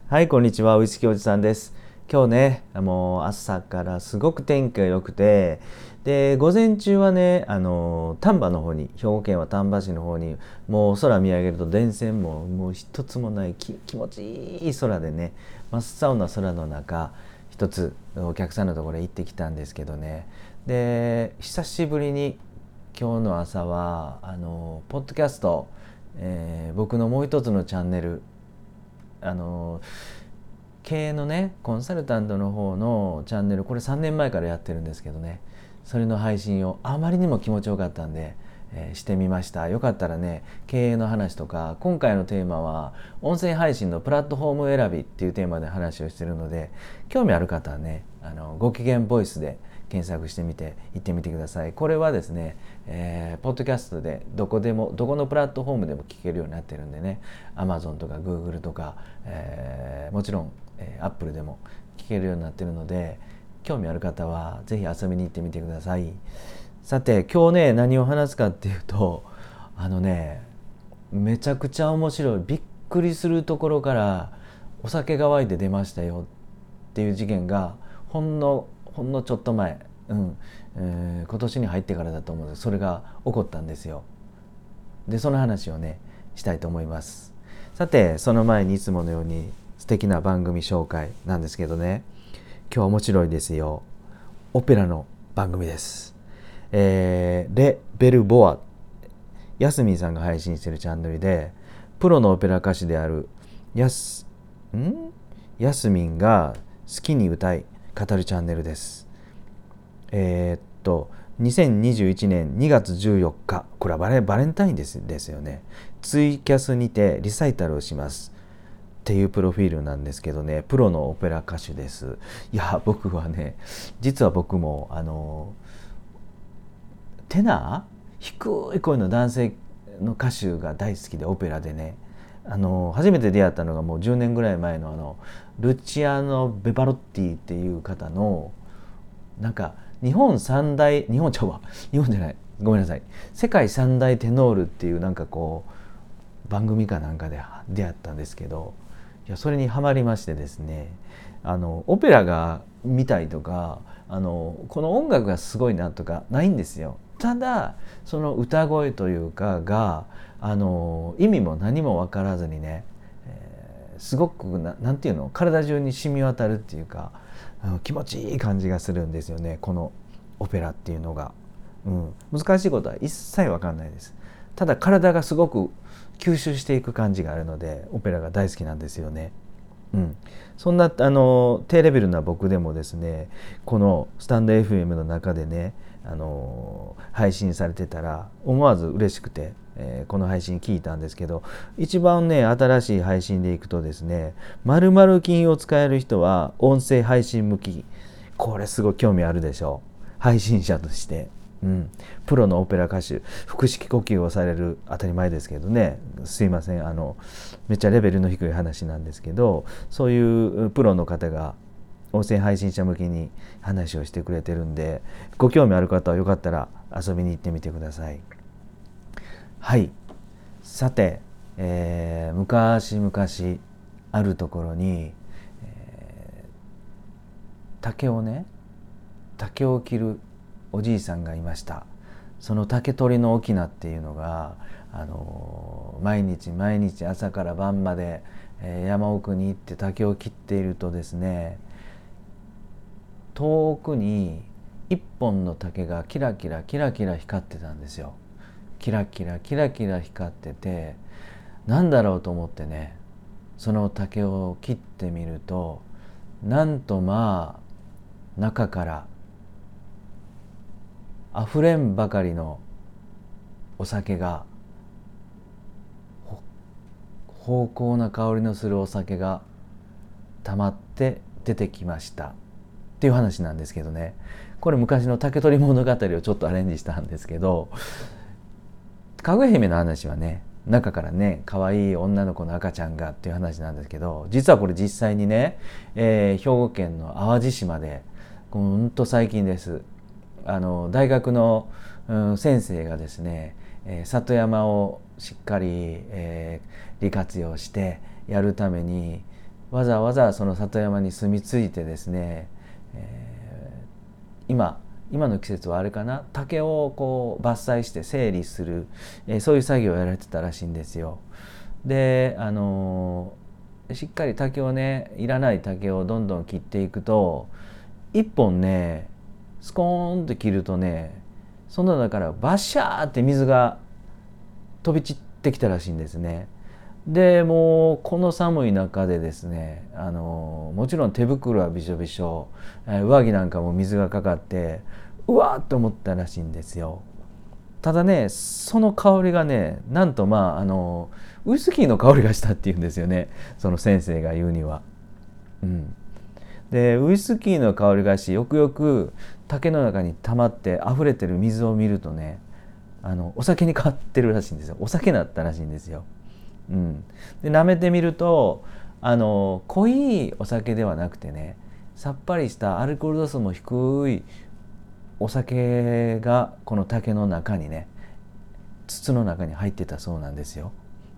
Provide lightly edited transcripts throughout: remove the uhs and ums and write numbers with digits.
はい、こんにちは。ウイスキーおじさんです。今日ね、もう朝からすごく天気が良くて、で、午前中はね、丹波の方に、兵庫県は丹波市の方に、もう空見上げると電線もう一つもない気持ちいい空でね、真っ青な空の中、一つお客さんのところへ行ってきたんですけどね。で、久しぶりに今日の朝は、ポッドキャスト、僕のもう一つのチャンネル、あの経営のねコンサルタントの方のチャンネル、これ3年前からやってるんですけどね、それの配信をあまりにも気持ちよかったんで、してみました。よかったらね、経営の話とか、今回のテーマは音声配信のプラットフォーム選びっていうテーマで話をしてるので、興味ある方はね、ご機嫌ボイスで検索してみて行ってみてください。これはですね、ポッドキャストでどこでも、どこのプラットフォームでも聞けるようになってるんでね、 Amazon とか Google とか、もちろん、Apple でも聞けるようになってるので、興味ある方はぜひ遊びに行ってみてください。さて今日ね、何を話すかっていうと、めちゃくちゃ面白い、びっくりするところからお酒が湧いて出ましたよっていう事件がほんのちょっと前、今年に入ってからだと思うんです。それが起こったんですよ。でその話をねしたいと思います。さてその前にいつものように素敵な番組紹介なんですけどね、今日面白いですよ。オペラの番組です。レ・ベルボア、ヤスミンさんが配信しているチャンネルで、プロのオペラ歌手であるヤスヤスミンが好きに歌い語るチャンネルです。2021年2月14日、これはバレンタインですよね。ツイキャスにてリサイタルをしますっていうプロフィールなんですけどね、プロのオペラ歌手です。いや僕はね、実は僕もテナー、低い声の男性の歌手が大好きで、オペラでね、初めて出会ったのがもう10年ぐらい前のルチアノ・ベバロッティっていう方の、なんか日本三大、日本ちゃうわ、日本じゃない、ごめんなさい、世界三大テノールっていうなんかこう番組かなんかで出会ったんですけど、いやそれにはまりましてですね、オペラが見たいとか、この音楽がすごいなとかないんですよ。ただその歌声というかが、意味も何も分からずにね、すごくなんていうの、体中に染み渡るっていうか、気持ちいい感じがするんですよね、このオペラっていうのが。難しいことは一切分かんないです。ただ体がすごく吸収していく感じがあるので、オペラが大好きなんですよね。そんな低レベルな僕でもですね、このスタンド FM の中でね、配信されてたら思わず嬉しくて、この配信聞いたんですけど、一番ね新しい配信でいくとですね、〇〇金を使える人は音声配信向き、これすごい興味あるでしょう、配信者として。プロのオペラ歌手、腹式呼吸をされる、当たり前ですけどね、すいません、めっちゃレベルの低い話なんですけど、そういうプロの方が音声配信者向けに話をしてくれてるんで、ご興味ある方はよかったら遊びに行ってみてください。はい、さて、昔々あるところに、竹をね竹を切るおじいさんがいました。その竹取りの翁っていうのが、毎日毎日朝から晩まで、山奥に行って竹を切っているとですね、遠くに一本の竹がキラキラキラキラ光ってたんですよ。キラキラキラキラ光ってて、なんだろうと思ってね、その竹を切ってみると、なんとまあ中からあふれんばかりのお酒が、芳香な香りのするお酒が溜まって出てきましたっていう話なんですけどね。これ昔の竹取物語をちょっとアレンジしたんですけど、かぐや姫の話はね、中からね可愛い女の子の赤ちゃんがっていう話なんですけど、実はこれ実際にね、兵庫県の淡路島でほんと最近です。大学の、先生がですね、里山をしっかり、利活用してやるために、 わざわざその里山に住み着いてですね、今の季節はあれかな、竹をこう伐採して整理する、そういう作業をやられてたらしいんですよ。でしっかり竹をね、いらない竹をどんどん切っていくと、一本ねスコーンと切るとね、その中からバシャーって水が飛び散ってきたらしいんですね。でもうこの寒い中でですね、もちろん手袋はびしょびしょ、上着なんかも水がかかって、うわーっと思ったらしいんですよ。ただね、その香りがね、なんとウイスキーの香りがしたっていうんですよね、その先生が言うには。でウイスキーの香りがし、よくよく竹の中に溜まって溢れてる水を見るとね、お酒に変わってるらしいんですよ。お酒だったらしいんですよ。で舐めてみると濃いお酒ではなくてね、さっぱりしたアルコール度数も低いお酒がこの竹の中にね、筒の中に入ってたそうなんですよ。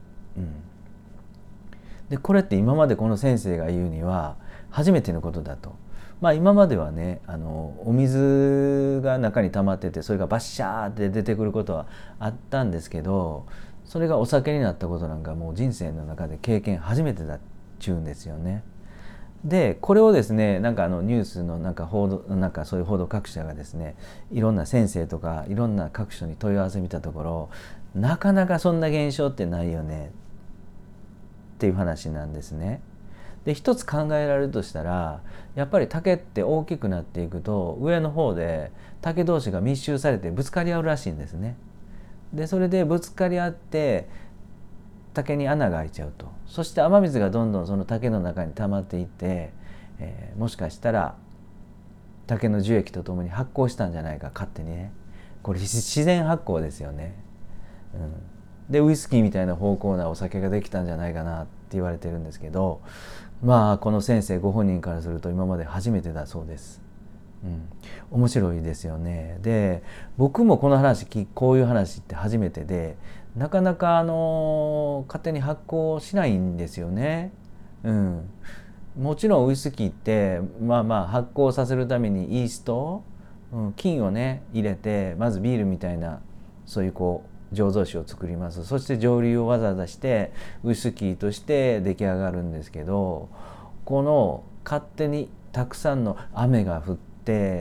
でこれって今までこの先生が言うには初めてのことだと。今まではね、お水が中に溜まってて、それがバッシャーって出てくることはあったんですけど、それがお酒になったことなんかもう人生の中で経験初めてだっちゅうんですよね。でこれをですね、なんかニュースのなんか報道、なんかそういう報道各社がですね、いろんな先生とかいろんな各所に問い合わせ見たところ、なかなかそんな現象ってないよねっていう話なんですね。で一つ考えられるとしたら、やっぱり竹って大きくなっていくと、上の方で竹同士が密集されてぶつかり合うらしいんですね。でそれでぶつかり合って竹に穴が開いちゃうと。そして雨水がどんどんその竹の中に溜まっていって、もしかしたら竹の樹液とともに発酵したんじゃないか、勝手にね。これ自然発酵ですよね。でウイスキーみたいな芳香なお酒ができたんじゃないかなって言われてるんですけど、この先生ご本人からすると今まで初めてだそうです。面白いですよね。で僕もこの話、こういう話って初めてで、なかなか勝手に発酵しないんですよね。もちろんウイスキーって発酵させるためにイースト、菌をね入れて、まずビールみたいなそういう醸造酒を作ります。そして蒸留をわざわざしてウイスキーとして出来上がるんですけど、この勝手にたくさんの雨が降って、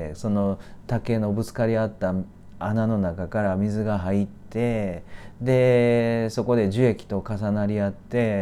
その竹のぶつかり合った穴の中から水が入って、でそこで樹液と重なり合って、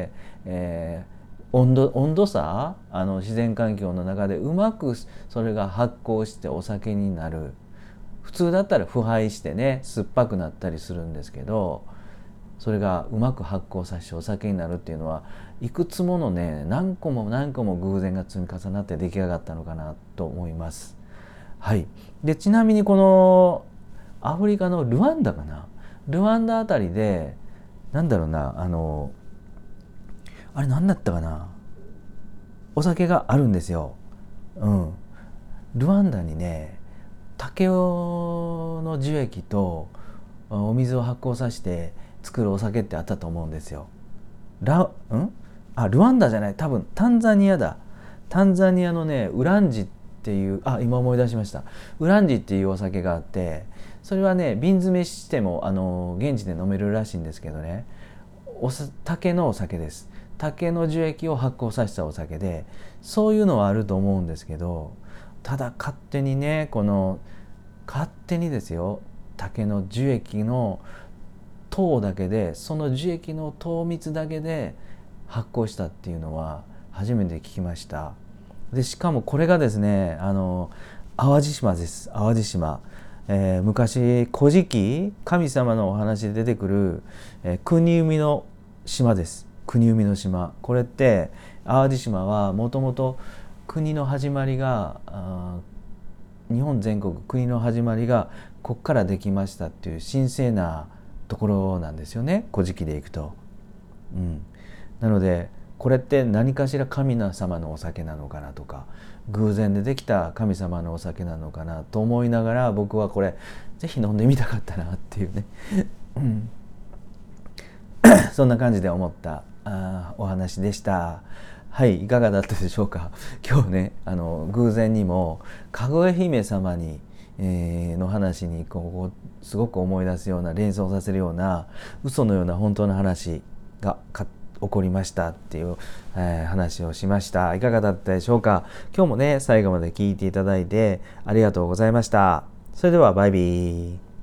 温度差、自然環境の中でうまくそれが発酵してお酒になる。普通だったら腐敗してね、酸っぱくなったりするんですけど、それがうまく発酵させてお酒になるっていうのは、いくつものね、何個も何個も偶然が積み重なって出来上がったのかなと思います。でちなみにこのアフリカのルワンダかな、ルワンダあたりでなんだろうな、あれ何だったかな、お酒があるんですよ。ルワンダにね、竹の樹液とお水を発酵させて作るお酒ってあったと思うんですよ。ルワンダじゃない、多分タンザニアだ。タンザニアのね、ウランジっていう、今思い出しました。ウランジっていうお酒があって、それはね瓶詰めしても現地で飲めるらしいんですけどね、竹のお酒です。竹の樹液を発酵させたお酒で、そういうのはあると思うんですけど、ただ勝手にね、勝手にですよ、竹の樹液の糖だけで、その樹液の糖蜜だけで発酵したっていうのは初めて聞きました。でしかもこれがですね、淡路島です。淡路島、昔古事記、神様のお話で出てくる、国生みの島です。国生みの島、これって淡路島はもともと国の始まりが日本全国国の始まりがここからできましたっていう神聖なところなんですよね、古事記でいくと。なのでこれって何かしら神様のお酒なのかなとか、偶然でできた神様のお酒なのかなと思いながら、僕はこれぜひ飲んでみたかったなっていうねそんな感じで思ったお話でした。 はい、いかがだったでしょうか。今日ね、偶然にもかぐや姫様に、の話にすごく思い出すような、連想させるような、嘘のような本当の話が起こりましたっていう、話をしました。いかがだったでしょうか。今日もね、最後まで聞いていただいてありがとうございました。それではバイビー。